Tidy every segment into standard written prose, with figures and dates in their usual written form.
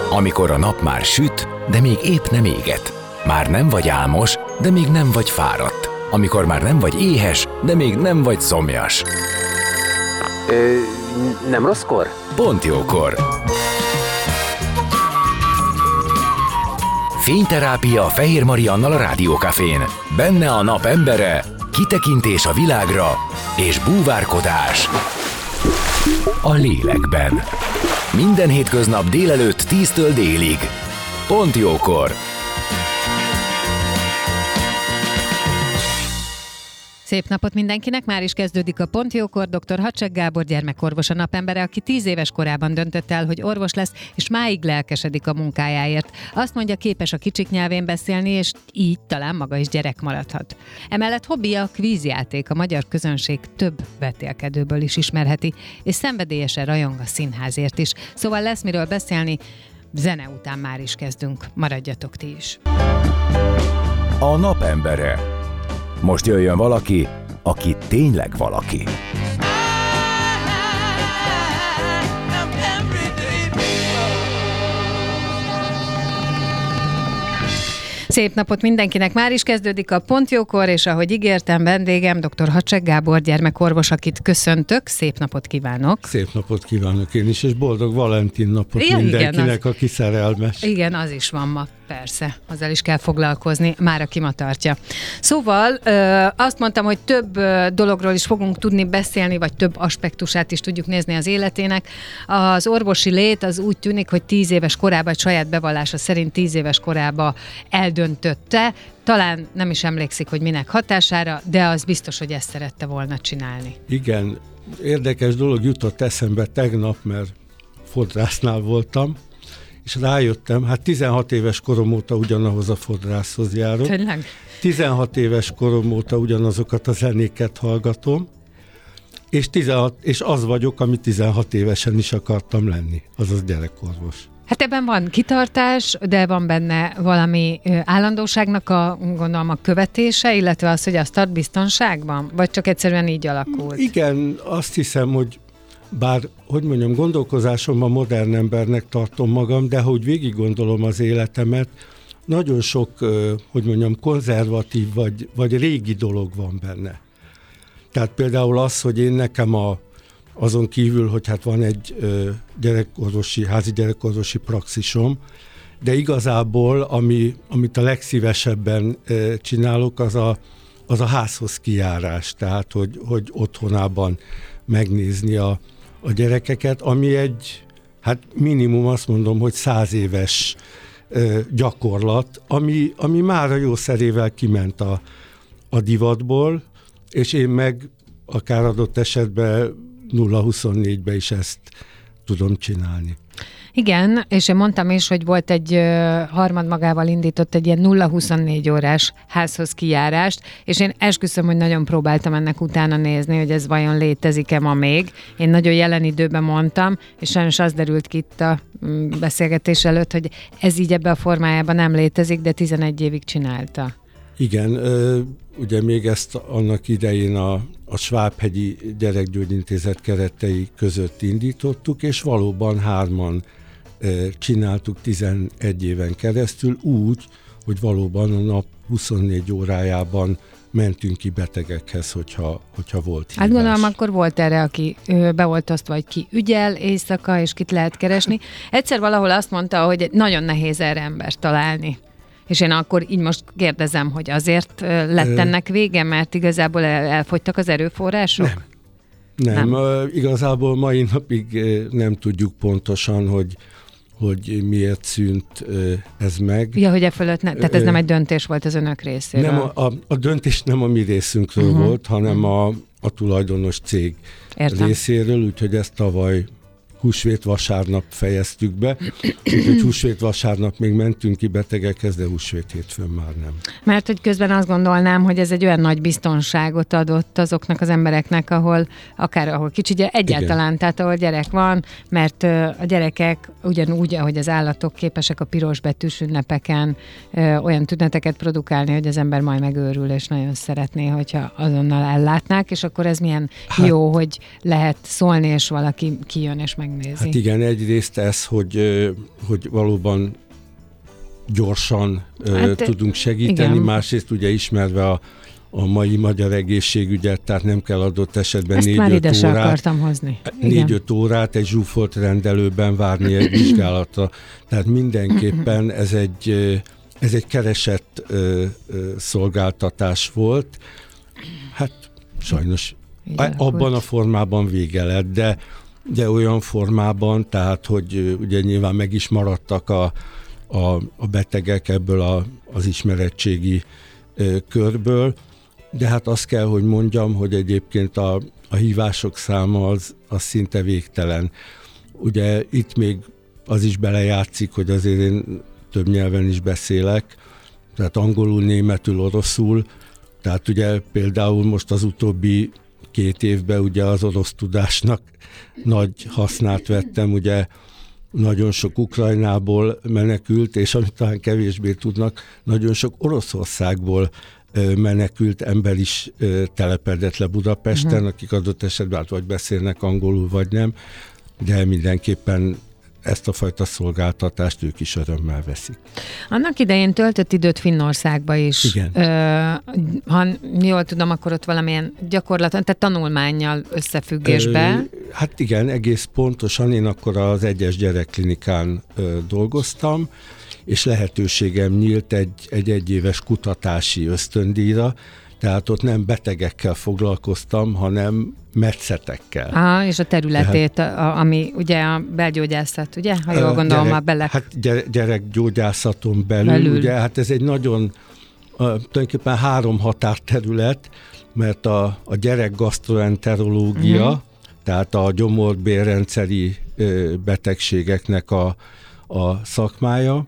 Amikor a nap már süt, de még épp nem éget. Már nem vagy álmos, de még nem vagy fáradt. Amikor már nem vagy éhes, de még nem vagy szomjas. Nem rosszkor? Pont jókor. Fényterápia Fehér Mariannal a Rádiókafén. Benne a nap embere, kitekintés a világra és búvárkodás a lélekben. Minden hétköznap délelőtt 10-től délig. Pont jókor. Szép napot mindenkinek, már is kezdődik a Pont Jókor. Dr. Hacsek Gábor gyermekorvos a napembere, aki 10 éves korában döntött el, hogy orvos lesz, és máig lelkesedik a munkájáért. Azt mondja, képes a kicsik nyelvén beszélni, és így talán maga is gyerek maradhat. Emellett hobbija a kvízjáték, a magyar közönség több vetélkedőből is ismerheti, és szenvedélyesen rajong a színházért is. Szóval lesz miről beszélni, zene után már is kezdünk. Maradjatok ti is. A napembere. Most jöjjön valaki, aki tényleg valaki. Szép napot mindenkinek, már is kezdődik a Pont Jókor, és ahogy ígértem, vendégem dr. Hacsek Gábor gyermekorvos, akit köszöntök. Szép napot kívánok! Szép napot kívánok én is, és boldog Valentin napot mindenkinek, igen, aki szerelmes. Igen, az is van ma, persze, azzal is kell foglalkozni, már aki ma tartja. Szóval azt mondtam, hogy több dologról is fogunk tudni beszélni, vagy több aspektusát is tudjuk nézni az életének. Az orvosi lét az úgy tűnik, hogy 10 éves korában, saját bevallása szerint 10 éves korában eldöntötte, talán nem is emlékszik, hogy minek hatására, de az biztos, hogy ezt szerette volna csinálni. Igen, érdekes dolog jutott eszembe tegnap, mert fodrásznál voltam, és rájöttem, hát 16 éves korom óta ugyanahoz a fodrászhoz járok. Tényleg? 16 éves korom óta ugyanazokat a zenéket hallgatom, és az vagyok, ami 16 évesen is akartam lenni, azaz gyerekorvos. Hát ebben van kitartás, de van benne valami állandóságnak gondolom a követése, illetve az, hogy azt tart biztonságban? Vagy csak egyszerűen így alakult? Igen, azt hiszem, hogy bár, hogy mondjam, gondolkozásomban modern embernek tartom magam, de hogy végig gondolom az életemet, nagyon sok, hogy mondjam, konzervatív vagy régi dolog van benne. Tehát például az, hogy én nekem azon kívül, hogy hát van egy házi gyerekorvosi praxisom, de igazából, amit a legszívesebben csinálok, az a házhoz kijárás, tehát hogy otthonában megnézni a gyerekeket, ami hát minimum azt mondom, hogy 100 éves gyakorlat, ami már a jószerével kiment a divatból, és én meg akár adott esetben 0-24-ben is ezt tudom csinálni. Igen, és én mondtam is, hogy volt egy harmad magával indított egy ilyen 0-24 órás házhoz kijárást, és én esküszöm, hogy nagyon próbáltam ennek utána nézni, hogy ez vajon létezik-e ma még. Én nagyon jelen időben mondtam, és sajnos az derült ki itt a beszélgetés előtt, hogy ez így ebben a formájában nem létezik, de 11 évig csinálta. Igen, ugye még ezt annak idején a Svábhegyi Gyerekgyógyintézet keretei között indítottuk, és valóban 3-an csináltuk 11 éven keresztül úgy, hogy valóban a nap 24 órájában mentünk ki betegekhez, hogyha volt hívás. Hát gondolom, akkor volt erre, aki be volt osztva, vagy ki ügyel éjszaka, és kit lehet keresni. Egyszer valahol azt mondta, hogy nagyon nehéz erre embert találni. És én akkor így most kérdezem, hogy azért lett ennek vége, mert igazából elfogytak az erőforrások? Nem. Igazából mai napig nem tudjuk pontosan, hogy miért szűnt ez meg. Ja, hogy fölött tehát ez nem egy döntés volt az önök részéről? Nem, a döntés nem a mi részünkről volt, hanem a tulajdonos cég részéről, úgyhogy ezt tavaly húsvét vasárnap fejeztük be, úgyhogy húsvét vasárnap még mentünk ki betegekhez, de húsvét hétfőn már nem. Mert hogy közben azt gondolnám, hogy ez egy olyan nagy biztonságot adott azoknak az embereknek, ahol kicsi egyáltalán, igen. Tehát ahol gyerek van, mert a gyerekek ugyanúgy, ahogy az állatok képesek a piros betűs ünnepeken olyan tüneteket produkálni, hogy az ember majd megőrül, és nagyon szeretné, hogyha azonnal ellátnák, és akkor ez milyen jó, hogy lehet szólni, és valaki kijön, és meg megnézi. Hát igen, egyrészt ez, hogy valóban gyorsan tudunk segíteni, igen. Másrészt ugye ismerve a mai magyar egészségügyet, tehát nem kell adott esetben 4-5 órát egy zsúfolt rendelőben várni egy vizsgálatra. Tehát mindenképpen ez egy keresett szolgáltatás volt. Hát sajnos abban a formában vége lett, de olyan formában, tehát hogy ugye nyilván meg is maradtak a betegek ebből az ismeretségi körből, de hát azt kell, hogy mondjam, hogy egyébként a hívások száma az szinte végtelen. Ugye itt még az is belejátszik, hogy azért én több nyelven is beszélek, tehát angolul, németül, oroszul, tehát ugye például most az utóbbi 2 évben ugye az orosz tudásnak nagy hasznát vettem, ugye nagyon sok Ukrajnából menekült, és amit talán kevésbé tudnak, nagyon sok Oroszországból menekült ember is telepedett le Budapesten, akik adott esetben vagy beszélnek angolul, vagy nem, de mindenképpen ezt a fajta szolgáltatást ők is örömmel veszik. Annak idején töltött időt Finnországba is. Igen. Ha jól tudom, akkor ott valamilyen gyakorlaton, tehát tanulmánnyal összefüggésben. Hát igen, egész pontosan. Én akkor az egyes gyerekklinikán dolgoztam, és lehetőségem nyílt egy egyéves kutatási ösztöndíjra, tehát ott nem betegekkel foglalkoztam, hanem metszetekkel. És a területét, ami ugye a belgyógyászat, ugye? Ha jól gondolom, már bele... Hát gyerekgyógyászaton belül, ugye, hát ez egy nagyon, tulajdonképpen 3 határterület, mert a gyerekgasztroenterológia, tehát a gyomor-bélrendszeri betegségeknek a szakmája,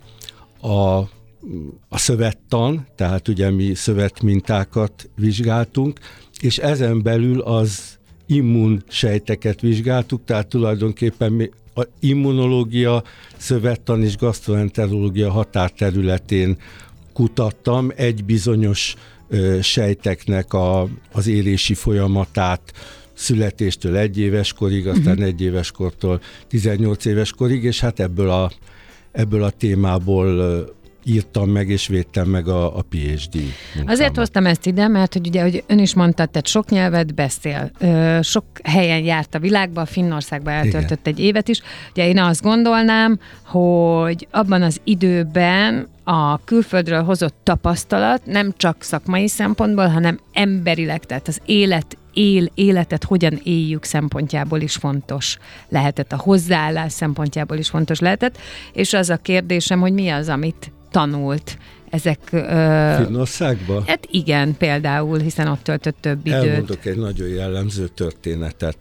a szövettan, tehát ugye mi szövetmintákat vizsgáltunk, és ezen belül az immunsejteket vizsgáltuk, tehát tulajdonképpen a immunológia, szövettan és gasztroenterológia határterületén kutattam egy bizonyos sejteknek az élési folyamatát, születéstől 1 éves korig, aztán 1 éves kortól 18 éves korig, és hát ebből a témából írtam meg és védtem meg a PhD munkámat. Azért hoztam ezt ide, mert hogy ugye, hogy ön is mondta, tehát sok nyelvet beszél, sok helyen járt a világban, Finnországban eltöltött egy évet is. Ugye én azt gondolnám, hogy abban az időben a külföldről hozott tapasztalat nem csak szakmai szempontból, hanem emberileg, tehát az életet hogyan éljük szempontjából is fontos lehetett, a hozzáállás szempontjából is fontos lehetett, és az a kérdésem, hogy mi az, amit tanult ezek... Finnországban? Hát igen, például, hiszen ott töltött több időt. Elmondok egy nagyon jellemző történetet.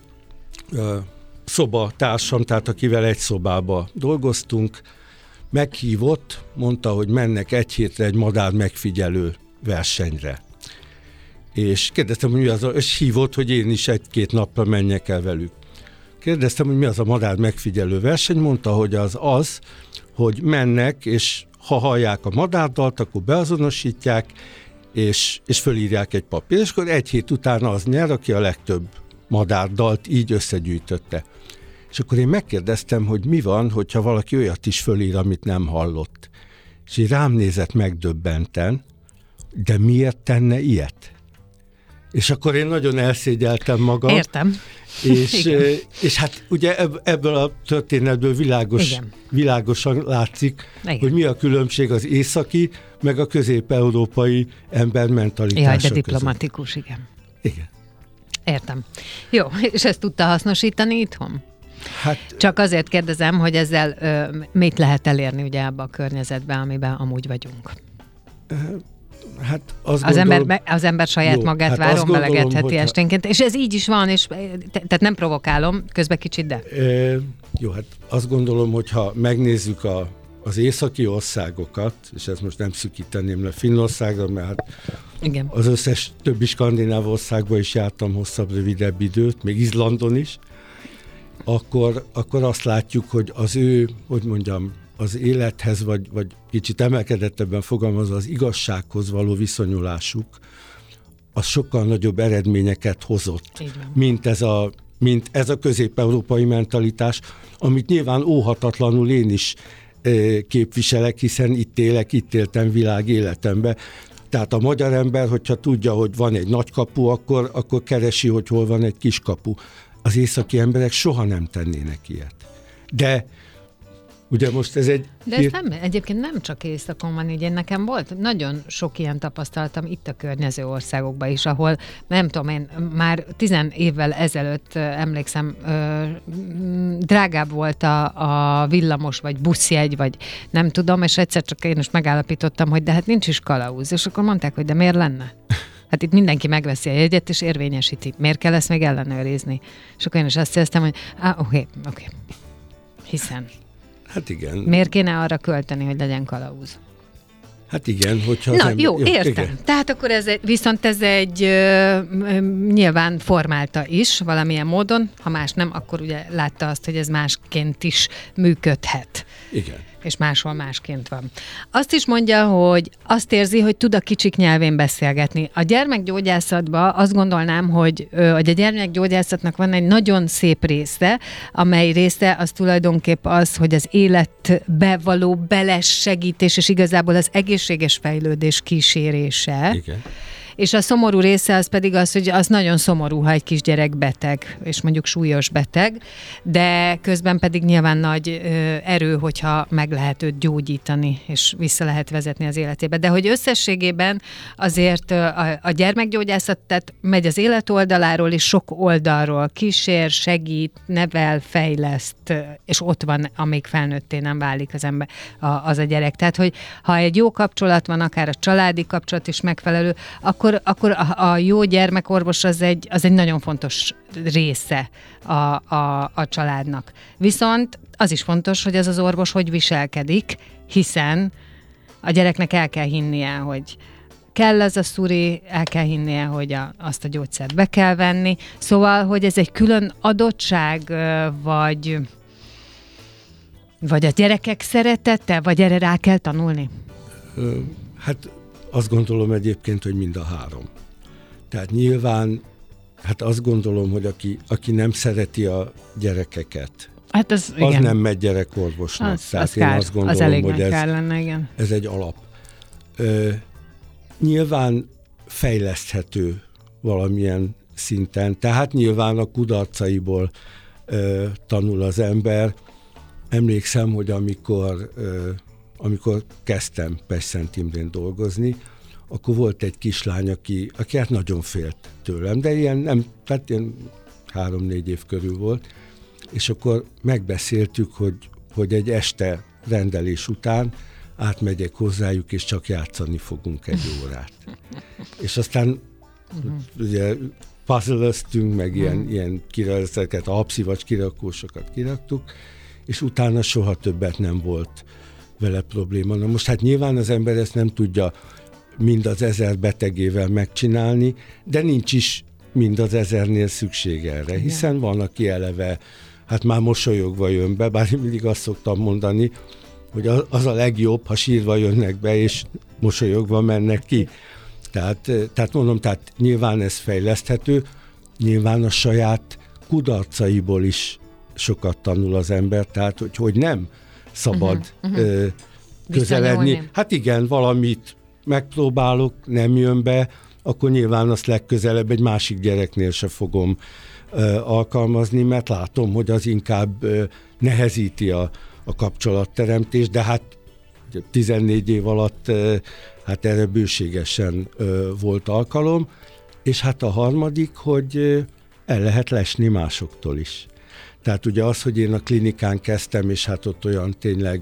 Szobatársam, tehát akivel egy szobába dolgoztunk, meghívott, mondta, hogy mennek egy hétre egy madár megfigyelő versenyre. És kérdeztem, hogy mi az, és hívott, hogy én is 1-2 napra menjek el velük. Kérdeztem, hogy mi az a madár megfigyelő verseny, mondta, hogy az, hogy mennek, és ha hallják a madárdalt, akkor beazonosítják, és fölírják egy papír, és akkor 1 hét után az nyer, aki a legtöbb madárdalt így összegyűjtötte. És akkor én megkérdeztem, hogy mi van, hogyha valaki olyat is fölír, amit nem hallott. És így rám nézett megdöbbenten, de miért tenne ilyet? És akkor én nagyon elszégyeltem magam. Értem. És hát ugye ebből a történetből világosan látszik, hogy mi a különbség az északi, meg a közép-európai ember mentalitása között. De diplomatikus, igen. Igen. Értem. Jó, és ezt tudta hasznosítani itthon? Hát, csak azért kérdezem, hogy ezzel mit lehet elérni ugye abban a környezetben, amiben amúgy vagyunk. Hát az ember saját magát várombelekedheti esténként, és ez így is van, és tehát nem provokálom, közben kicsit, de... Jó, hát azt gondolom, hogyha megnézzük az északi országokat, és ezt most nem szűkíteném le Finnországra, mert hát igen. Az összes többi skandináv országban is jártam hosszabb, rövidebb időt, még Izlandon is, akkor azt látjuk, hogy az ő, hogy mondjam, az élethez, vagy kicsit emelkedettebben fogalmazva az igazsághoz való viszonyulásuk, az sokkal nagyobb eredményeket hozott, mint ez a mint ez a közép-európai mentalitás, amit nyilván óhatatlanul én is képviselek, hiszen itt élek, itt éltem világ életemben. Tehát a magyar ember, hogyha tudja, hogy van egy nagy kapu, akkor keresi, hogy hol van egy kis kapu. Az északi emberek soha nem tennének ilyet. De ugye most ez egy... De ez egyébként nem csak északon van, így nekem volt nagyon sok ilyen tapasztalatom itt a környező országokban is, ahol nem tudom én, már 10 évvel ezelőtt emlékszem, drágább volt a villamos, vagy buszjegy, vagy nem tudom, és egyszer csak én is megállapítottam, hogy de hát nincs is kalauz, és akkor mondták, hogy de miért lenne? Hát itt mindenki megveszi a jegyet, és érvényesíti. Miért kell ezt még ellenőrizni? És akkor én is azt éreztem, hogy oké. Hiszen. Hát igen. Miért kéne arra költeni, hogy legyen kalauz? Hát igen, hogyha... Na, jó, értem. Igen. Tehát akkor viszont ez egy nyilván formálta is valamilyen módon, ha más nem, akkor ugye látta azt, hogy ez másként is működhet. Igen. És máshol másként van. Azt is mondja, hogy azt érzi, hogy tud a kicsik nyelvén beszélgetni. A gyermekgyógyászatban azt gondolnám, hogy a gyermekgyógyászatnak van egy nagyon szép része, amely része az tulajdonképp az, hogy az életbe való belesegítés, és igazából az egészséges fejlődés kísérése. Igen. És a szomorú része az pedig az, hogy az nagyon szomorú, ha egy kisgyerek beteg, és mondjuk súlyos beteg, de közben pedig nyilván nagy erő, hogyha meg lehet őt gyógyítani, és vissza lehet vezetni az életébe. De hogy összességében azért a gyermekgyógyászat, tehát megy az élet oldaláról, és sok oldalról kísér, segít, nevel, fejleszt, és ott van, amíg felnőtté nem válik az ember, az a gyerek. Tehát, hogy ha egy jó kapcsolat van, akár a családi kapcsolat is megfelelő, akkor a jó gyermekorvos az egy nagyon fontos része a családnak. Viszont az is fontos, hogy ez az orvos hogy viselkedik, hiszen a gyereknek el kell hinnie, hogy kell ez a szuri, el kell hinnie, hogy azt a gyógyszert be kell venni. Szóval, hogy ez egy külön adottság, vagy a gyerekek szeretete, vagy erre rá kell tanulni? Hát azt gondolom egyébként, hogy mind a három. Tehát nyilván, hát azt gondolom, hogy aki nem szereti a gyerekeket, hát az nem megy gyerekorvosnak. Tehát én azt gondolom, hogy ez egy alap. Nyilván fejleszthető valamilyen szinten, tehát nyilván a kudarcaiból tanul az ember. Emlékszem, hogy amikor kezdtem Pest-Szent Imrén dolgozni, akkor volt egy kislány, aki hát nagyon félt tőlem, de ilyen 3-4 év körül volt, és akkor megbeszéltük, hogy egy este rendelés után átmegyek hozzájuk, és csak játszani fogunk egy órát. És aztán ugye puzzle-öztünk, meg ilyen kirakókat, alapszivacs kirakósokat kiraktuk, és utána soha többet nem volt vele probléma. Na most hát nyilván az ember ezt nem tudja mind az 1000 betegével megcsinálni, de nincs is mind az 1000-nél szükség erre, hiszen van, aki eleve, hát már mosolyogva jön be, bár én mindig azt szoktam mondani, hogy az a legjobb, ha sírva jönnek be, és mosolyogva mennek ki. Tehát mondom, tehát nyilván ez fejleszthető, nyilván a saját kudarcaiból is sokat tanul az ember, tehát hogy nem szabad közeledni. Hát igen, valamit megpróbálok, nem jön be, akkor nyilván azt legközelebb egy másik gyereknél se fogom alkalmazni, mert látom, hogy az inkább nehezíti a kapcsolatteremtést, de hát 14 év alatt hát erre bőségesen volt alkalom, és hát a harmadik, hogy el lehet lesni másoktól is. Tehát ugye az, hogy én a klinikán kezdtem, és hát ott olyan tényleg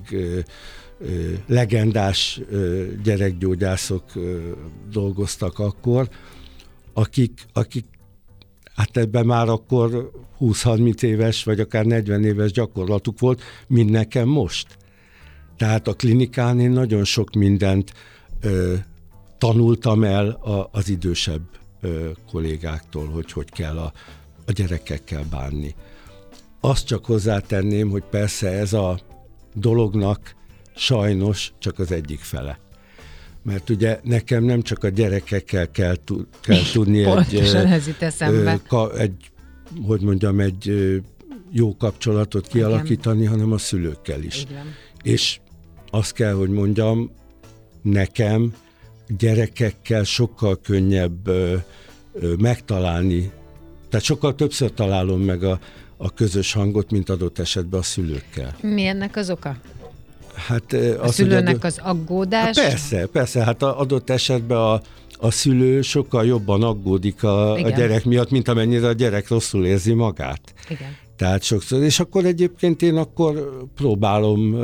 legendás gyerekgyógyászok dolgoztak akkor, akik hát ebben már akkor 20-30 éves, vagy akár 40 éves gyakorlatuk volt, mint nekem most. Tehát a klinikán én nagyon sok mindent tanultam el az idősebb kollégáktól, hogy kell a gyerekekkel bánni. Azt csak hozzátenném, hogy persze ez a dolognak sajnos csak az egyik fele. Mert ugye nekem nem csak a gyerekekkel kell tudni egy hogy mondjam, egy jó kapcsolatot kialakítani, hanem a szülőkkel is. Igen. És azt kell, hogy mondjam, nekem gyerekekkel sokkal könnyebb megtalálni, tehát sokkal többször találom meg a közös hangot, mint adott esetben a szülőkkel. Mi ennek az oka? Hát, a szülőnek az aggódás? Hát persze, hát adott esetben a szülő sokkal jobban aggódik a gyerek miatt, mint amennyire a gyerek rosszul érzi magát. Igen. Tehát sokszor, és akkor egyébként én akkor próbálom,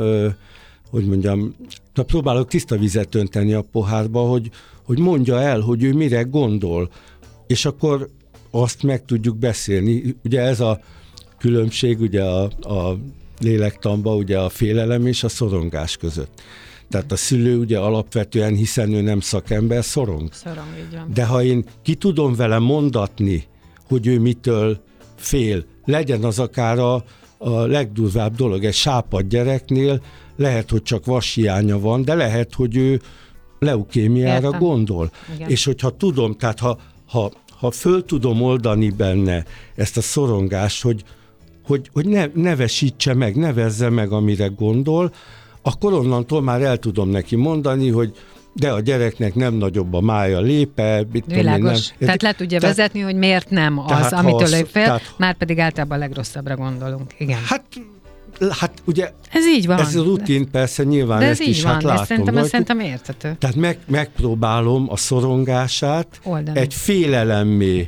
próbálok tiszta vizet önteni a pohárba, hogy mondja el, hogy ő mire gondol, és akkor azt meg tudjuk beszélni. Ugye ez a különbség ugye a lélektanban, ugye a félelem és a szorongás között. Tehát a szülő ugye alapvetően, hiszen ő nem szakember, szorong. Szorong, így van. De ha én ki tudom vele mondatni, hogy ő mitől fél, legyen az akár a legdurvább dolog, egy sápadt gyereknél lehet, hogy csak vashiánya van, de lehet, hogy ő leukémiára gondol. Igen. És hogyha tudom, tehát ha föl tudom oldani benne ezt a szorongást, hogy nevesítse meg, nevezze meg, amire gondol, akkor onnantól már el tudom neki mondani, hogy de a gyereknek nem nagyobb a mája, lépe. Világos. Tehát le tudja vezetni, hogy miért nem az, amitől ő fél, már pedig általában a legrosszabbra gondolunk. Igen. Hát ugye ez így van. Ez rutin, persze nyilván de ez ezt így is van, hát látom. Szerintem érthető. Tehát megpróbálom a szorongását egy félelemmé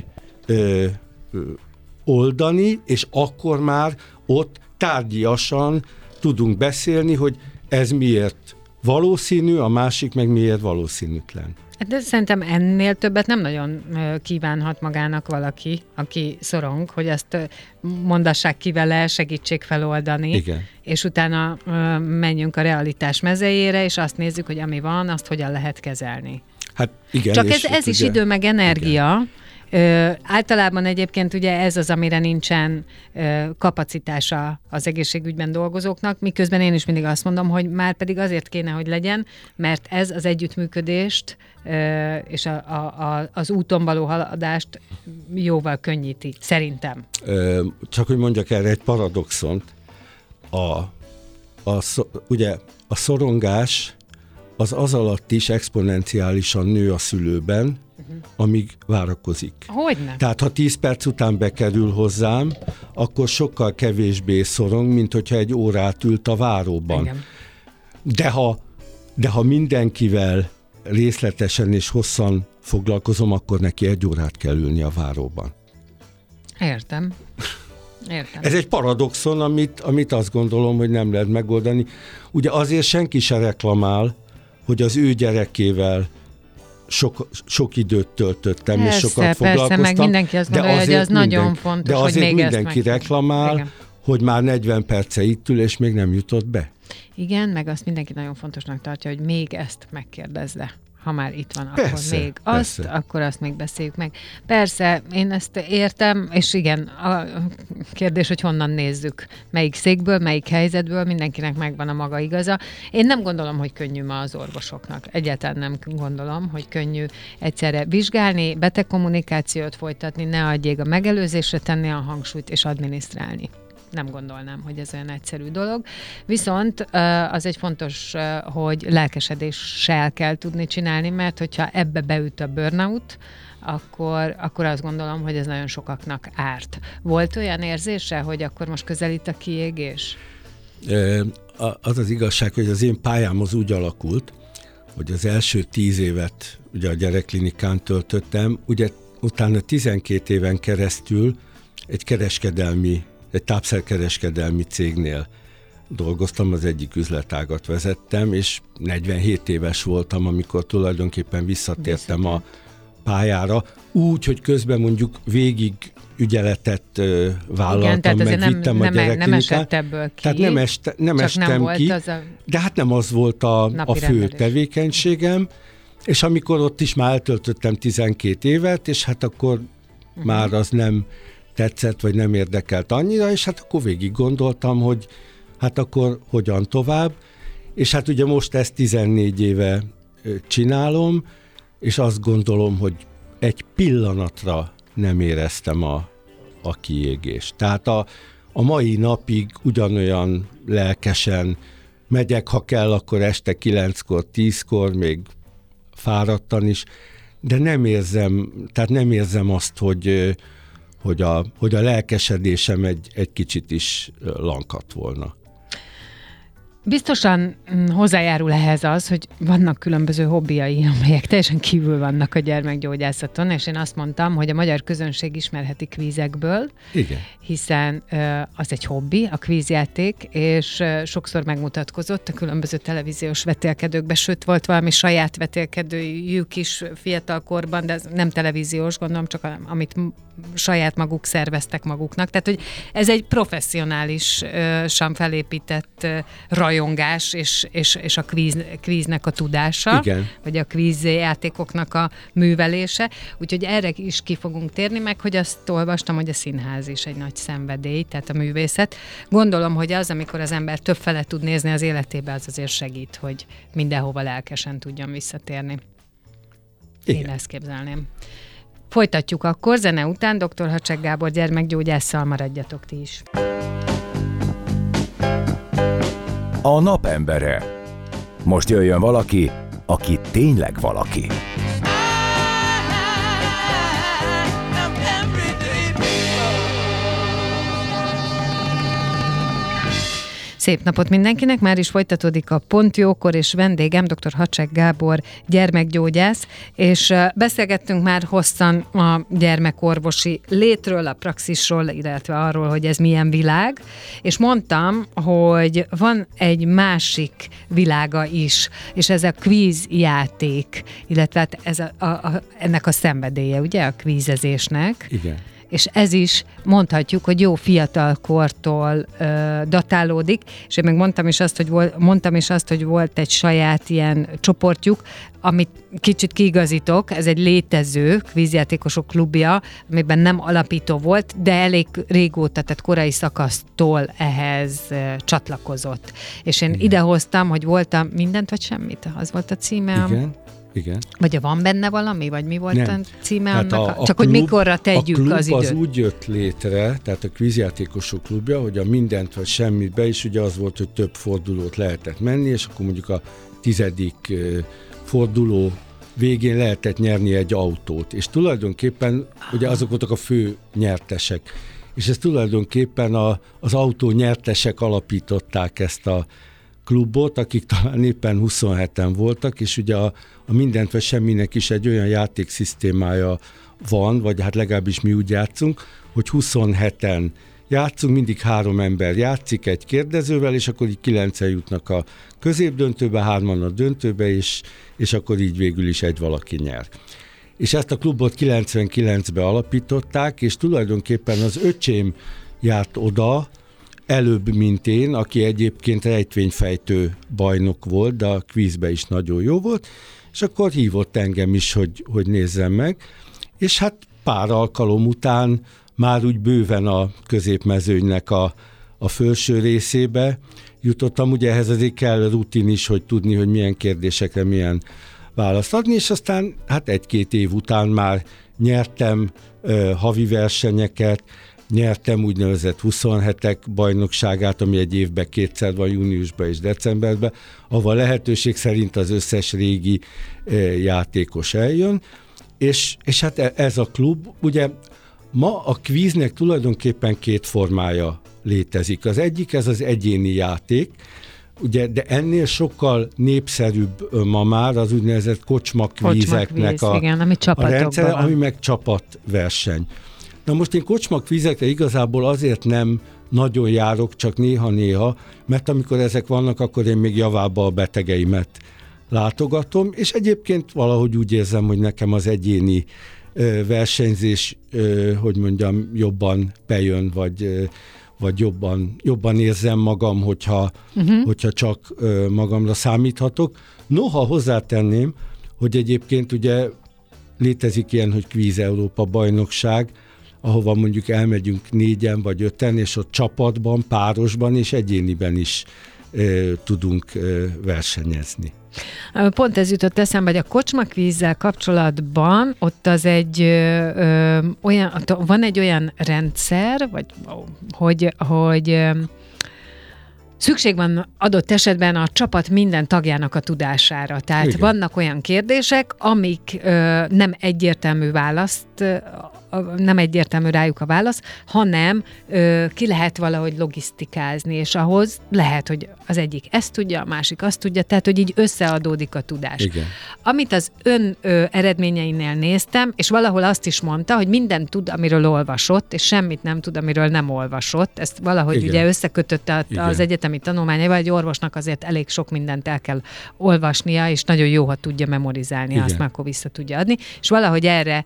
oldani, és akkor már ott tárgyiasan tudunk beszélni, hogy ez miért valószínű, a másik meg miért valószínűtlen. De szerintem ennél többet nem nagyon kívánhat magának valaki, aki szorong, hogy ezt mondassák ki vele, segítsék feloldani, igen. És utána menjünk a realitás mezejére, és azt nézzük, hogy ami van, azt hogyan lehet kezelni. Hát igen. Csak ez is idő meg energia. Általában egyébként ugye ez az, amire nincsen kapacitása az egészségügyben dolgozóknak, miközben én is mindig azt mondom, hogy már pedig azért kéne, hogy legyen, mert ez az együttműködést és az úton való haladást jóval könnyíti, szerintem. Csak hogy mondjak erre egy paradoxont, ugye a szorongás az alatt is exponenciálisan nő a szülőben, amíg várakozik. Hogyne? Tehát ha 10 perc után bekerül hozzám, akkor sokkal kevésbé szorong, mint hogyha egy órát ült a váróban. Igen. De ha mindenkivel részletesen és hosszan foglalkozom, akkor neki 1 órát kell ülni a váróban. Értem. Ez egy paradoxon, amit azt gondolom, hogy nem lehet megoldani. Ugye azért senki se reklamál, hogy az ő gyerekével sok időt töltöttem, és sokat foglalkoztam. Persze, meg mindenki azt gondolja, hogy az nagyon fontos, de azért hogy még mindenki reklamál, igen. Hogy már 40 perce itt ül, és még nem jutott be. Igen, meg azt mindenki nagyon fontosnak tartja, hogy még ezt megkérdezze. Ha már itt van, persze, akkor még azt, akkor azt még beszéljük meg. Persze, én ezt értem, és igen, a kérdés, hogy honnan nézzük. Melyik székből, melyik helyzetből, mindenkinek megvan a maga igaza. Én nem gondolom, hogy könnyű ma az orvosoknak. Egyáltalán nem gondolom, hogy könnyű egyszerre vizsgálni, betegkommunikációt folytatni, ne adjék a megelőzésre tenni a hangsúlyt és adminisztrálni. Nem gondolnám, hogy ez olyan egyszerű dolog. Viszont az egy fontos, hogy lelkesedéssel kell tudni csinálni, mert hogyha ebbe beüt a burnout, akkor azt gondolom, hogy ez nagyon sokaknak árt. Volt olyan érzése, hogy akkor most közelít a kiégés? Az az igazság, hogy az én pályám az úgy alakult, hogy az első 10 évet ugye a gyerekklinikán töltöttem, ugye utána 12 éven keresztül egy tápszerkereskedelmi cégnél dolgoztam, az egyik üzletágat vezettem, és 47 éves voltam, amikor tulajdonképpen visszatértem a pályára, úgy, hogy közben mondjuk végig ügyeletet vállaltam, igen, meg vittem a gyerekklinikán. Nem esett ebből ki. Tehát nem estem ki, de hát nem az volt a fő tevékenységem, és amikor ott is már eltöltöttem 12 évet, és hát akkor már az nem tetszett, vagy nem érdekelt annyira, és hát akkor végig gondoltam, hogy hát akkor hogyan tovább, és hát ugye most ezt 14 éve csinálom, és azt gondolom, hogy egy pillanatra nem éreztem a a kiégés. Tehát a mai napig ugyanolyan lelkesen megyek, ha kell, akkor este 9-kor, 10-kor, még fáradtan is, de nem érzem azt, hogy a lelkesedésem egy kicsit is lankadt volna. Biztosan hozzájárul ehhez az, hogy vannak különböző hobbiai, amelyek teljesen kívül vannak a gyermekgyógyászaton, és én azt mondtam, hogy a magyar közönség ismerheti kvízekből, igen, hiszen az egy hobbi, a kvízjáték, és sokszor megmutatkozott a különböző televíziós vetélkedőkben, sőt volt valami saját vetélkedőjük is fiatalkorban, de ez nem televíziós, gondolom, csak amit saját maguk szerveztek maguknak. Tehát, hogy ez egy professzionálisan felépített rajongás, és a kvíznek a tudása, igen, vagy a kvízjátékoknak a művelése. Úgyhogy erre is ki fogunk térni, meg hogy azt olvastam, hogy a színház is egy nagy szenvedély, tehát a művészet. Gondolom, hogy az, amikor az ember többfele tud nézni az életébe, az azért segít, hogy mindenhova lelkesen tudjon visszatérni. igen. Én ezt képzelném. Folytatjuk akkor, zene után dr. Hacsek Gábor gyermekgyógyásszal, maradjatok ti is. A napembere. Most jöjjön valaki, aki tényleg valaki. Szép napot mindenkinek, már is folytatódik a Pont Jókor, és vendégem dr. Hacsek Gábor gyermekgyógyász, és beszélgettünk már hosszan a gyermekorvosi létről, a praxisról, illetve arról, hogy ez milyen világ, és mondtam, hogy van egy másik világa is, és ez a kvízjáték, illetve hát ez ennek a szenvedélye, ugye, a kvízezésnek. Igen. És ez is mondhatjuk, hogy jó fiatalkortól datálódik, és én meg mondtam is azt, hogy volt egy saját ilyen csoportjuk, amit kicsit kiigazítok, ez egy létező kvízjátékosok klubja, amiben nem alapító volt, de elég régóta, tehát korai szakasztól ehhez csatlakozott. És én idehoztam, hogy voltam mindent vagy semmit, az volt a címe. Igen. Vagy van benne valami, vagy mi volt nem. a címe tehát annak? Csak klub, hogy mikorra tegyük az időt. A klub az az úgy jött létre, tehát a kvízjátékosok klubja, hogy a mindent vagy semmit be is, ugye az volt, hogy több fordulót lehetett menni, és akkor mondjuk a 10. forduló végén lehetett nyerni egy autót. És tulajdonképpen ugye azok voltak a fő nyertesek. És ez tulajdonképpen az autó nyertesek alapították ezt a klubot, akik talán éppen 27-en voltak, és ugye a mindent vagy semminek is egy olyan játékszisztémája van, vagy hát legalábbis mi úgy játszunk, hogy 27-en játszunk, mindig 3 ember játszik egy kérdezővel, és akkor így 9-en jutnak a középdöntőbe, 3-an a döntőbe, és akkor így végül is egy valaki nyer. És ezt a klubot 99-ben alapították, és tulajdonképpen az öcsém járt oda, előbb, mint én, aki egyébként rejtvényfejtő bajnok volt, de a kvízbe is nagyon jó volt, és akkor hívott engem is, hogy nézzem meg, és hát pár alkalom után már úgy bőven a középmezőnynek a felső részébe jutottam, ugye ehhez azért kell rutin is, hogy tudni, hogy milyen kérdésekre milyen választ adni, és aztán hát 1-2 év után már nyertem havi versenyeket, nyertem úgynevezett 27-ek bajnokságát, ami egy évben 2-szer van, júniusban és decemberben, ahol lehetőség szerint az összes régi játékos eljön, és hát ez a klub, ugye ma a kvíznek tulajdonképpen 2 formája létezik. Az egyik, ez az egyéni játék, ugye, de ennél sokkal népszerűbb ma már az úgynevezett kocsmakvízeknek a rendszere, ami meg csapatverseny. Na most én kocsmakvízekre igazából azért nem nagyon járok, csak néha-néha, mert amikor ezek vannak, akkor én még javába a betegeimet látogatom, és egyébként valahogy úgy érzem, hogy nekem az egyéni versenyzés, hogy mondjam, jobban bejön, vagy jobban érzem magam, hogyha csak magamra számíthatok. Noha hozzátenném, hogy egyébként ugye létezik ilyen, hogy Kvíz Európa bajnokság, ahova mondjuk elmegyünk 4-en vagy 5-en, és ott csapatban, párosban és egyéniben is tudunk versenyezni. Pont ez jutott eszembe, hogy a kocsmakvízzel kapcsolatban ott az van egy olyan rendszer, vagy hogy szükség van adott esetben a csapat minden tagjának a tudására. Tehát igen, vannak olyan kérdések, amik nem egyértelmű választ, nem egyértelmű rájuk a válasz, hanem ki lehet valahogy logisztikázni, és ahhoz lehet, hogy az egyik ezt tudja, a másik azt tudja, tehát, hogy így összeadódik a tudás. Igen. Amit az ön eredményeinél néztem, és valahol azt is mondta, hogy mindent tud, amiről olvasott, és semmit nem tud, amiről nem olvasott. Ezt valahogy igen, ugye összekötötte az egyetemi tanulmányaival, egy orvosnak azért elég sok mindent el kell olvasnia, és nagyon jó, ha tudja memorizálni, igen, azt már akkor vissza tudja adni. És valahogy erre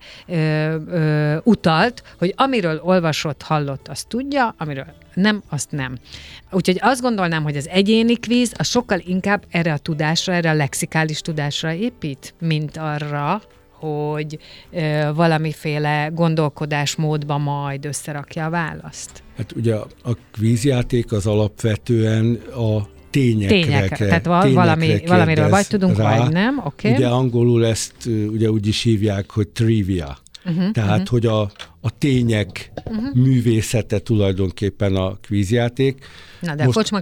utalt, hogy amiről olvasott, hallott, azt tudja, amiről nem, azt nem. Úgyhogy azt gondolnám, hogy az egyéni kvíz az sokkal inkább erre a tudásra, erre a lexikális tudásra épít, mint arra, hogy valamiféle gondolkodásmódban majd összerakja a választ. Hát ugye a kvízjáték az alapvetően a tényekre. Tehát valamiről vagy tudunk, rá. Vagy nem. Okay. Ugye angolul ezt ugye úgy is hívják, hogy trivia. Tehát, hogy a tények művészete tulajdonképpen a kvízjáték. Na, de most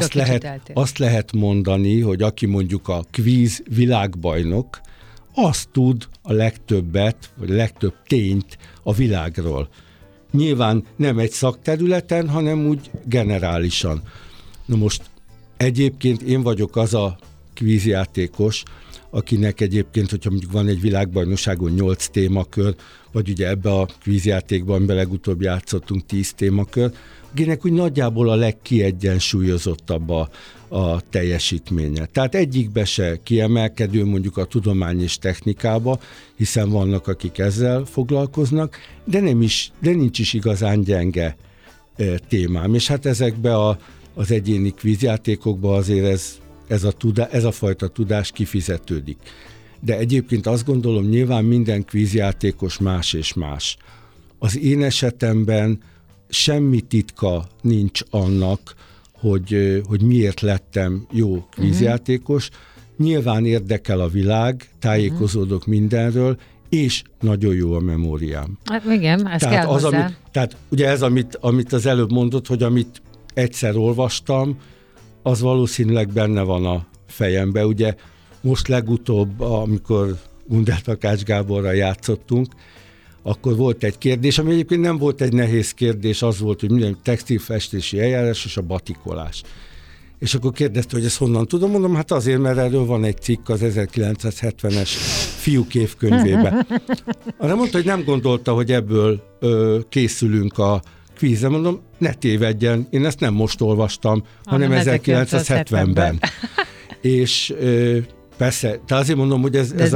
azt lehet mondani, hogy aki mondjuk a kvíz világbajnok, az tud a legtöbbet, vagy a legtöbb tényt a világról. Nyilván nem egy szakterületen, hanem úgy generálisan. Na most egyébként én vagyok az a kvízjátékos, akinek egyébként, hogyha mondjuk van egy világbajnokságon 8 témakör, vagy ugye ebbe a kvízjátékban, amiben legutóbb játszottunk 10 témakör, akinek úgy nagyjából a legkiegyensúlyozottabb a teljesítménye. Tehát egyikbe se kiemelkedő mondjuk a tudomány és technikába, hiszen vannak, akik ezzel foglalkoznak, de nincs is igazán gyenge témám. És hát ezekbe az egyéni kvízjátékokban azért ez a fajta tudás kifizetődik. De egyébként azt gondolom, nyilván minden kvízjátékos más és más. Az én esetemben semmi titka nincs annak, hogy miért lettem jó kvízjátékos. Nyilván érdekel a világ, tájékozódok mindenről, és nagyon jó a memóriám. Igen, ez kell hozzá. Tehát ugye ez, amit az előbb mondott, hogy amit egyszer olvastam, az valószínűleg benne van a fejembe. Ugye most legutóbb, amikor Gundel Takács Gáborral játszottunk, akkor volt egy kérdés, ami egyébként nem volt egy nehéz kérdés, az volt, hogy minden textilfestési eljárás és a batikolás. És akkor kérdezte, hogy ezt honnan tudom, mondom, hát azért, mert erről van egy cikk az 1970-es fiúk évkönyvében. Arra mondta, hogy nem gondolta, hogy ebből készülünk a kvízre, mondom, ne tévedjen, én ezt nem most olvastam, hanem 1970-ben. És persze, de azért mondom, hogy ez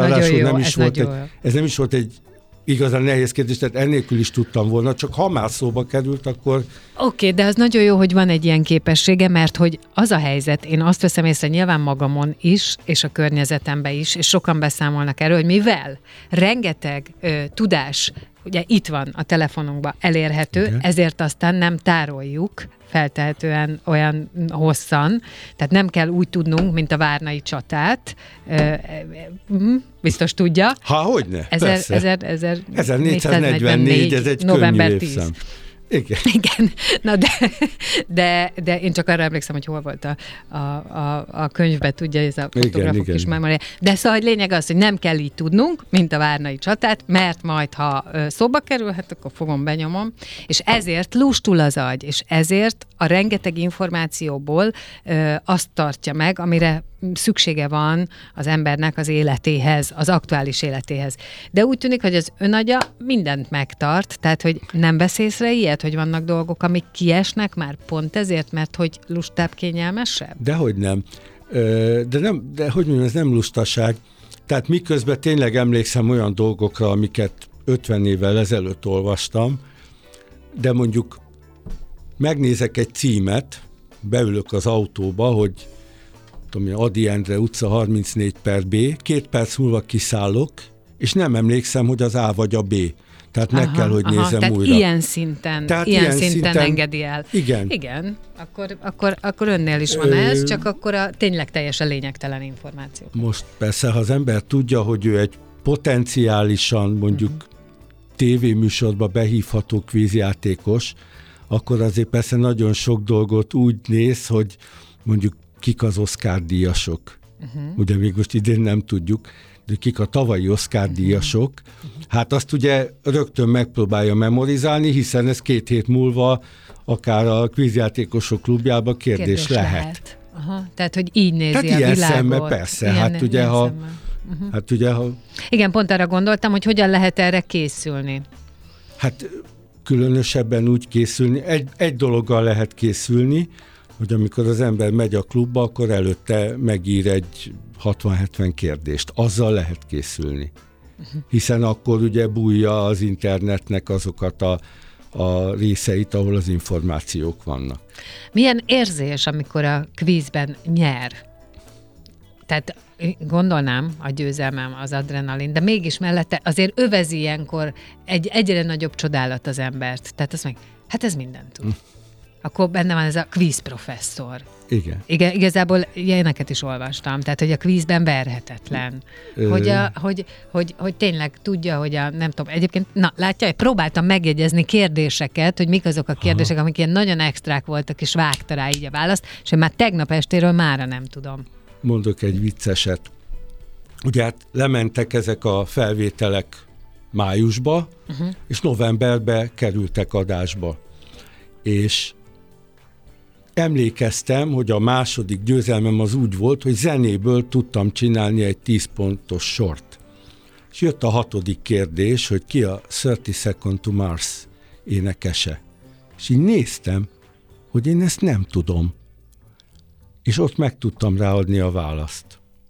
nem is volt egy igazán nehéz kérdés, tehát ennélkül is tudtam volna, csak ha már szóba került, akkor... Oké, de az nagyon jó, hogy van egy ilyen képessége, mert hogy az a helyzet, én azt veszem észre nyilván magamon is, és a környezetemben is, és sokan beszámolnak erről, hogy mivel rengeteg tudás ugye itt van a telefonunkban elérhető, igen, ezért aztán nem tároljuk feltehetően olyan hosszan, tehát nem kell úgy tudnunk, mint a Várnai csatát. Biztos tudja. Hogyne, 1444, ez egy november könnyű 10. évszám. Igen. Na de én csak arra emlékszem, hogy hol volt a könyvben, tudja, ez a fotográfok is memória. De szóval lényeg az, hogy nem kell így tudnunk, mint a Várnai csatát, mert majd, ha szóba kerülhet, akkor benyomom, és ezért lustul az agy, és ezért a rengeteg információból azt tartja meg, amire szüksége van az embernek az életéhez, az aktuális életéhez. De úgy tűnik, hogy az önagya mindent megtart, tehát, hogy nem vesz észre ilyet, hogy vannak dolgok, amik kiesnek már pont ezért, mert hogy lustább, kényelmesebb? Dehogy nem. De hogy mondjam, ez nem lustaság. Tehát miközben tényleg emlékszem olyan dolgokra, amiket 50 évvel ezelőtt olvastam, de mondjuk megnézek egy címet, beülök az autóba, hogy Ady Endre utca 34 per B, 2 perc múlva kiszállok, és nem emlékszem, hogy az A vagy a B. Tehát meg kell, hogy nézem tehát újra. Ilyen szinten engedi el. Igen. Igen, akkor önnél is van ez, csak akkor tényleg teljesen lényegtelen információ. Most persze, ha az ember tudja, hogy ő egy potenciálisan mondjuk tévéműsorba behívható kvízjátékos, akkor azért persze nagyon sok dolgot úgy néz, hogy mondjuk kik az Oscar-díjasok. Ugye még most idén nem tudjuk, de kik a tavalyi Oscar-díjasok. Hát azt ugye rögtön megpróbálja memorizálni, hiszen ez 2 hét múlva akár a kvízjátékosok klubjában kérdés lehet. Aha, tehát, hogy így nézi tehát a ilyen világot. Szemmel, persze. Hát ugye, ha... Igen, pont arra gondoltam, hogy hogyan lehet erre készülni. Hát különösebben úgy készülni, egy dologgal lehet készülni, hogy amikor az ember megy a klubba, akkor előtte megír egy 60-70 kérdést. Azzal lehet készülni. Hiszen akkor ugye bújja az internetnek azokat a részeit, ahol az információk vannak. Milyen érzés, amikor a kvízben nyer? Tehát gondolnám, a győzelmem az adrenalin, de mégis mellette azért övezi ilyenkor egy egyre nagyobb csodálat az embert. Tehát azt meg, hát ez mindent tud. Akkor benne van ez a kvíz professzor. Igen. Igazából ilyeneket is olvastam, tehát hogy a kvízben verhetetlen. Hogy tényleg tudja, hogy nem tudom, egyébként, látja, próbáltam megjegyezni kérdéseket, hogy mik azok a kérdések, amik ilyen nagyon extrák voltak, és vágta rá így a választ, és én már tegnap estéről mára nem tudom. Mondok egy vicceset. Ugye hát lementek ezek a felvételek májusba, és novemberbe kerültek adásba. És emlékeztem, hogy a második győzelmem az úgy volt, hogy zenéből tudtam csinálni egy 10 pontos sort. És jött a 6. kérdés, hogy ki a 30 Seconds to Mars énekese. És így néztem, hogy én ezt nem tudom. És ott meg tudtam ráadni a választ.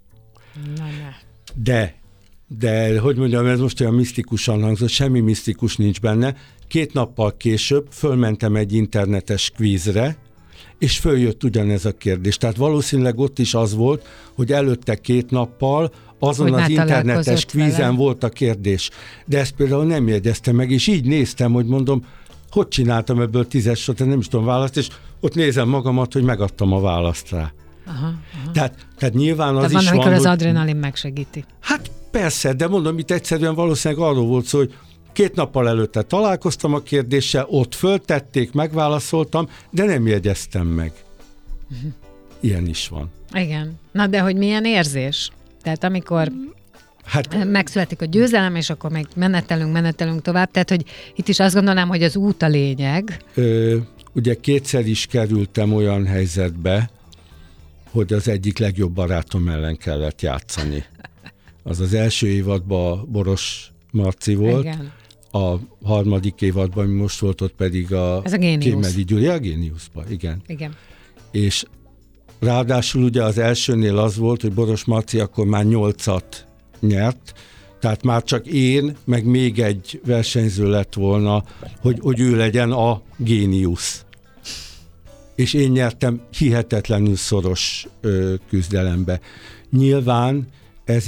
De, hogy mondjam, ez most olyan misztikusan hangzott, semmi misztikus nincs benne. 2 nappal később fölmentem egy internetes kvízre, és följött ugyanez a kérdés. Tehát valószínűleg ott is az volt, hogy előtte 2 nappal azon hogy az internetes kvízen volt a kérdés. De ezt például nem jegyeztem meg, és így néztem, hogy mondom, hogy csináltam ebből 10-es sort, nem is tudom választ, és ott nézem magamat, hogy megadtam a választ rá. Aha. Tehát nyilván az is van, amikor az adrenalin megsegíti. Hát persze, de mondom, itt egyszerűen valószínűleg arról volt szó, hogy 2 nappal előtte találkoztam a kérdéssel, ott föltették, megválaszoltam, de nem jegyeztem meg. Ilyen is van. Igen. Na de hogy milyen érzés? Tehát amikor megszületik a győzelem, és akkor még menetelünk tovább, tehát hogy itt is azt gondolnám, hogy az út a lényeg. Ugye 2-szer is kerültem olyan helyzetbe, hogy az egyik legjobb barátom ellen kellett játszani. Az első évadban Boros Marci volt, igen. A 3. évadban, ami most volt, ott pedig a Kémeli Gyuri, a Géniuszban, igen. És ráadásul ugye az elsőnél az volt, hogy Boros Marci akkor már 8-at nyert, tehát már csak én, meg még egy versenyző lett volna, hogy ő legyen a géniusz. És én nyertem hihetetlenül szoros küzdelembe. Nyilván ez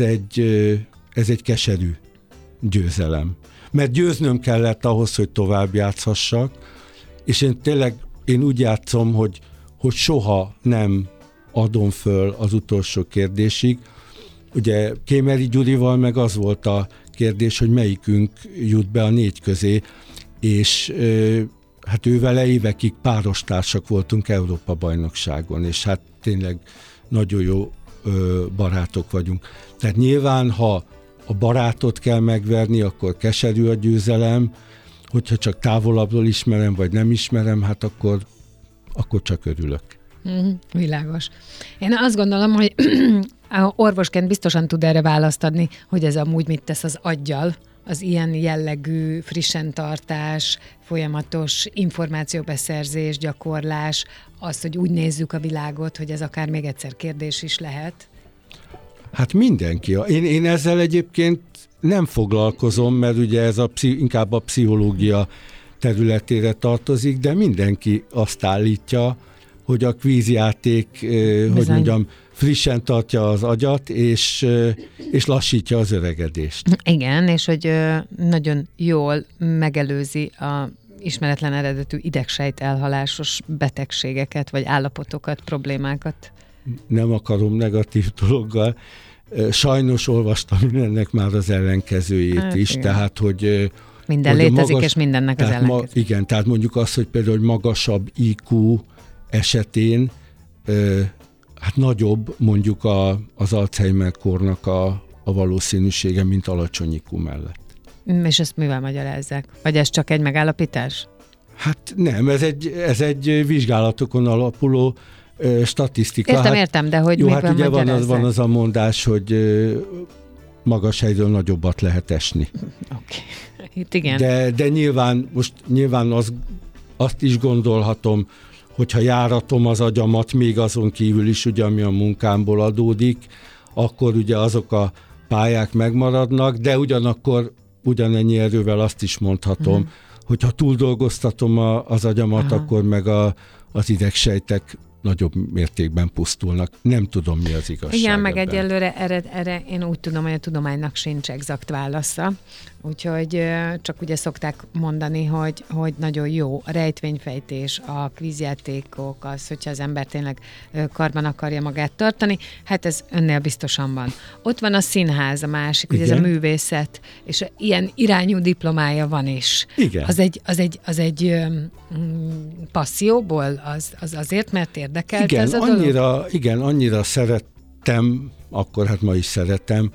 egy keserű győzelem. Mert győznöm kellett ahhoz, hogy tovább játszhassak, és én úgy játszom, hogy soha nem adom föl az utolsó kérdésig. Ugye Kémeli Gyurival meg az volt a kérdés, hogy melyikünk jut be a 4 közé, és hát ővele évekig párostársak voltunk Európa-bajnokságon, és hát tényleg nagyon jó barátok vagyunk. Tehát nyilván, ha a barátot kell megverni, akkor keserű a győzelem, hogyha csak távolabbról ismerem, vagy nem ismerem, hát akkor csak örülök. Világos. Én azt gondolom, hogy orvosként biztosan tud erre választ adni, hogy ez amúgy mit tesz az aggyal, az ilyen jellegű frissen tartás, folyamatos információbeszerzés, gyakorlás, az, hogy úgy nézzük a világot, hogy ez akár még egyszer kérdés is lehet. Hát mindenki. Én ezzel egyébként nem foglalkozom, mert ugye ez inkább a pszichológia területére tartozik, de mindenki azt állítja, hogy a kvízjáték, hogy mondjam, frissen tartja az agyat, és lassítja az öregedést. Igen, és hogy nagyon jól megelőzi a ismeretlen eredetű idegsejt elhalásos betegségeket, vagy állapotokat, problémákat. Nem akarom negatív dologgal. Sajnos olvastam ennek már az ellenkezőjét is, igen. Tehát, hogy minden létezik, és mindennek az ellenkezője. Igen, tehát mondjuk az, hogy például magasabb IQ esetén hát nagyobb mondjuk az Alzheimer-kornak a valószínűsége, mint alacsony IQ mellett. És ezt mivel magyarázzák? Vagy ez csak egy megállapítás? Hát nem, ez egy vizsgálatokon alapuló statisztika. Értem, de hogy jó, mivel hát ugye magyarázzák? van az a mondás, hogy magas helyről nagyobbat lehet esni. Oké. Itt igen. De nyilván azt is gondolhatom, hogyha járatom az agyamat, még azon kívül is, ugye, ami a munkámból adódik, akkor ugye azok a pályák megmaradnak, de ugyanakkor ugyanennyi erővel azt is mondhatom, hogyha túldolgoztatom az agyamat, akkor meg az idegsejtek nagyobb mértékben pusztulnak. Nem tudom, mi az igazság. Igen, meg egyelőre erre én úgy tudom, hogy a tudománynak sincs exakt válasza. Úgyhogy csak ugye szokták mondani, hogy nagyon jó a rejtvényfejtés, a kvízjátékok, az, hogyha az ember tényleg karban akarja magát tartani, hát ez önnél biztosan van. Ott van a színház, a másik, hogy ez a művészet, és ilyen irányú diplomája van is. Igen. Az egy passzióból? Az azért, mert érdekelt ez a dolog? Igen, annyira szerettem, akkor hát ma is szeretem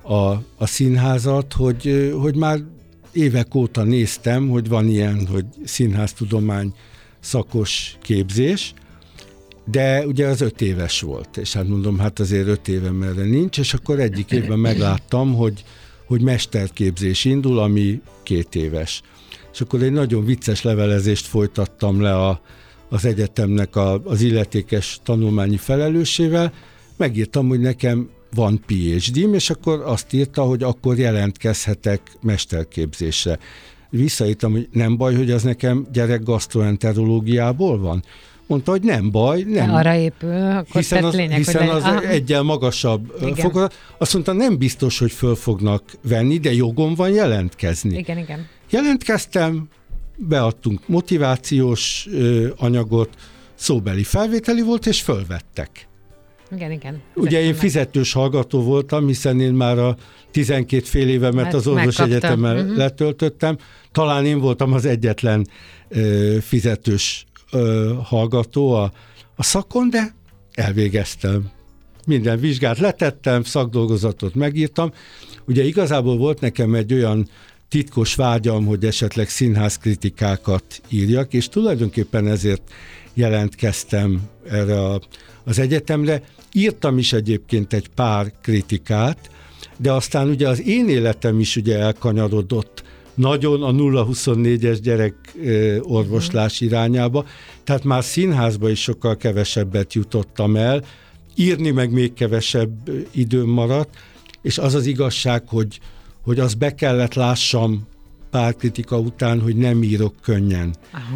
a színházat, hogy már évek óta néztem, hogy van ilyen, hogy színháztudomány szakos képzés, de ugye az 5 éves volt, és hát mondom, hát azért 5 évem erre nincs, és akkor egyik évben megláttam, hogy mesterképzés indul, ami 2 éves. És akkor egy nagyon vicces levelezést folytattam le az egyetemnek az illetékes tanulmányi felelősével, megírtam, hogy nekem van PhD-m, és akkor azt írta, hogy akkor jelentkezhetek mesterképzésre. Visszaírtam, hogy nem baj, hogy az nekem gyerek gasztroenterológiából van. Mondta, hogy nem baj. Nem. De arra épül, akkor hiszen az egyel magasabb fokozat. Azt mondta, nem biztos, hogy föl fognak venni, de jogom van jelentkezni. Igen. Jelentkeztem, beadtunk motivációs anyagot, szóbeli felvételi volt, és fölvettek. Igen. Ugye én fizetős hallgató voltam, hiszen én már a 12 fél évemet az orvosegyetemen letöltöttem. Talán én voltam az egyetlen fizetős hallgató a szakon, de elvégeztem. Minden vizsgát letettem, szakdolgozatot megírtam. Ugye igazából volt nekem egy olyan titkos vágyam, hogy esetleg színházkritikákat írjak, és tulajdonképpen ezért jelentkeztem erre az egyetemre. Írtam is egyébként egy pár kritikát, de aztán ugye az én életem is ugye elkanyarodott nagyon a 0-24-es gyerek orvoslás irányába, tehát már színházba is sokkal kevesebbet jutottam el, írni meg még kevesebb időm maradt, és az az igazság, hogy azt be kellett lássam pár kritika után, hogy nem írok könnyen. Aha.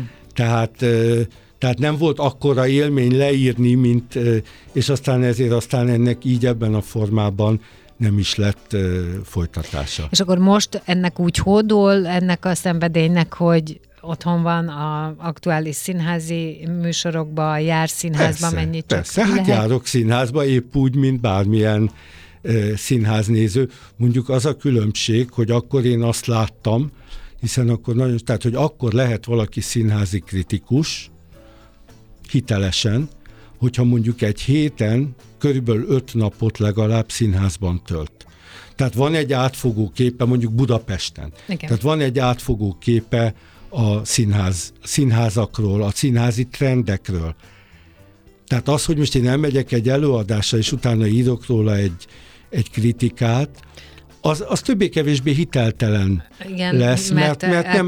Tehát nem volt akkora élmény leírni, és aztán ennek így ebben a formában nem is lett folytatása. És akkor most ennek úgy hódol, ennek a szenvedélynek, hogy otthon van az aktuális színházi műsorokba, jár színházba, mennyit csak persze, hát járok színházba, épp úgy, mint bármilyen színháznéző. Mondjuk az a különbség, hogy akkor én azt láttam, hiszen akkor tehát, hogy akkor lehet valaki színházi kritikus, hitelesen, hogyha mondjuk egy héten körülbelül 5 napot legalább színházban tölt. Tehát van egy átfogó képe, mondjuk Budapesten. Igen. Tehát van egy átfogó képe a színházakról, a színházi trendekről. Tehát az, hogy most én elmegyek egy előadásra, és utána írok róla egy kritikát, az többé-kevésbé hiteltelen lesz, mert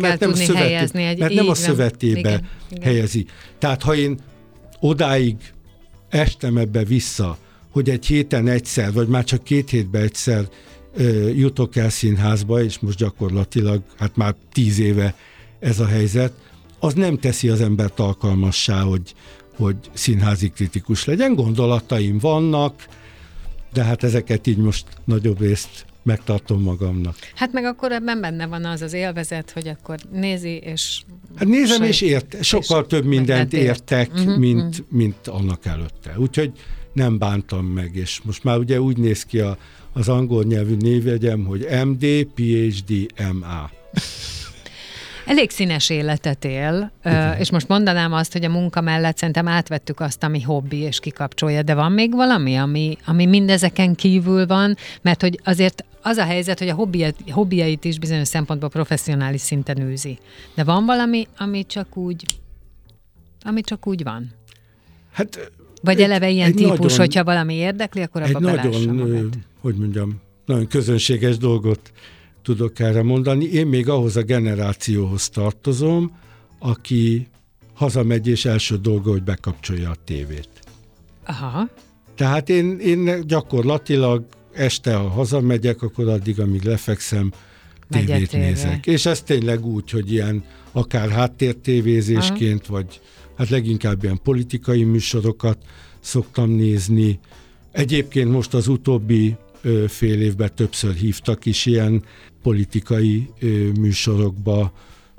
nem a szövetébe helyezi. Tehát ha én odáig estem ebbe vissza, hogy egy héten egyszer, vagy már csak 2 hétben egyszer jutok el színházba, és most gyakorlatilag, hát már 10 éve ez a helyzet, az nem teszi az embert alkalmassá, hogy színházi kritikus legyen. Gondolataim vannak, de hát ezeket így most nagyobb részt megtartom magamnak. Hát meg akkor ebben benne van az élvezet, hogy akkor nézi, és... Hát nézem, és sokkal több mindent értek, mint annak előtte. Úgyhogy nem bántam meg, és most már ugye úgy néz ki az angol nyelvű névjegyem, hogy MD, PhD, MA. Elég színes életet él, és most mondanám azt, hogy a munka mellett szerintem átvettük azt, ami hobbi és kikapcsolja, de van még valami, ami mindezeken kívül van, mert hogy azért az a helyzet, hogy a hobbiait is bizonyos szempontból professzionális szinten űzi. De van valami, ami csak úgy van? Hát, vagy eleve ilyen típus, hogyha valami érdekli, akkor abba belássa magát. Nagyon közönséges dolgot tudok erre mondani. Én még ahhoz a generációhoz tartozom, aki hazamegy, és első dolga, hogy bekapcsolja a tévét. Aha. Tehát én gyakorlatilag este, ha hazamegyek, akkor addig, amíg lefekszem, tévét nézek. És ez tényleg úgy, hogy ilyen akár háttértévézésként, vagy hát leginkább ilyen politikai műsorokat szoktam nézni. Egyébként most az utóbbi fél évben többször hívtak is ilyen politikai műsorokba.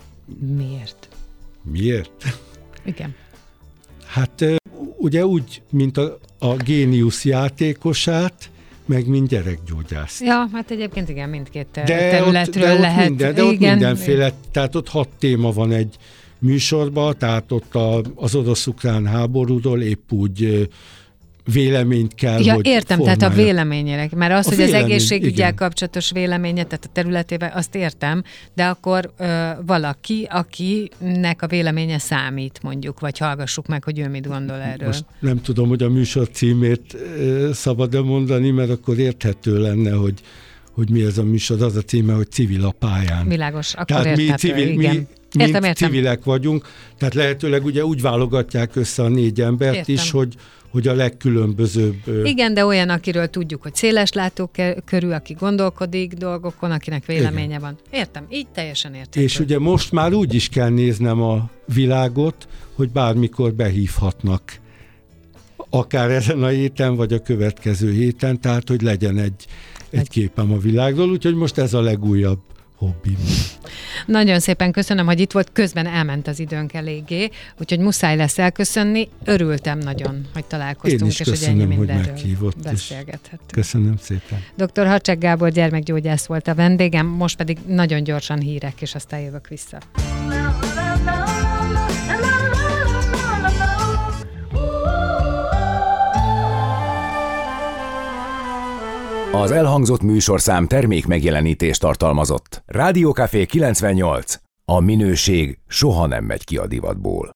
Miért? Igen. Hát ugye úgy, mint a géniusz játékosát, meg mint gyerekgyógyászt. Ja, hát egyébként igen, mindkét területről lehet. De ott mindenféle, tehát ott 6 téma van egy műsorban, tehát ott az orosz-ukrán háborúról épp úgy véleményt kell, ja, hogy értem, formálja. tehát a véleményére, mert az, hogy az egészségügyel igen. kapcsolatos véleménye, tehát a területében, azt értem, de akkor valaki, akinek a véleménye számít, mondjuk, vagy hallgassuk meg, hogy ő mit gondol erről. Most nem tudom, hogy a műsor címét szabad-e mondani, mert akkor érthető lenne, hogy mi ez a műsor, az a címe, hogy Civil a pályán. Világos, akkor tehát érthető, igen. Értem. Civilek vagyunk, tehát lehetőleg ugye úgy válogatják össze a 4 embert értem. is, hogy a legkülönbözőbb... Igen, de olyan, akiről tudjuk, hogy széles látókörű, aki gondolkodik dolgokon, akinek véleménye igen. van. Értem, így teljesen értem. És ugye most már úgy is kell néznem a világot, hogy bármikor behívhatnak. Akár ezen a héten, vagy a következő héten, tehát hogy legyen egy képem a világról, úgyhogy most ez a legújabb hobbim. Nagyon szépen köszönöm, hogy itt volt, közben elment az időnk eléggé, úgyhogy muszáj lesz elköszönni. Örültem nagyon, hogy találkoztunk, én is és köszönöm, hogy ennyi hogy mindenről meghívott, beszélgethettünk. Köszönöm szépen. Dr. Hacsek Gábor gyermekgyógyász volt a vendégem, most pedig nagyon gyorsan hírek, és aztán jövök vissza. Az elhangzott műsorszám termék megjelenítést tartalmazott. Rádió Café 98. A minőség soha nem megy ki a divatból.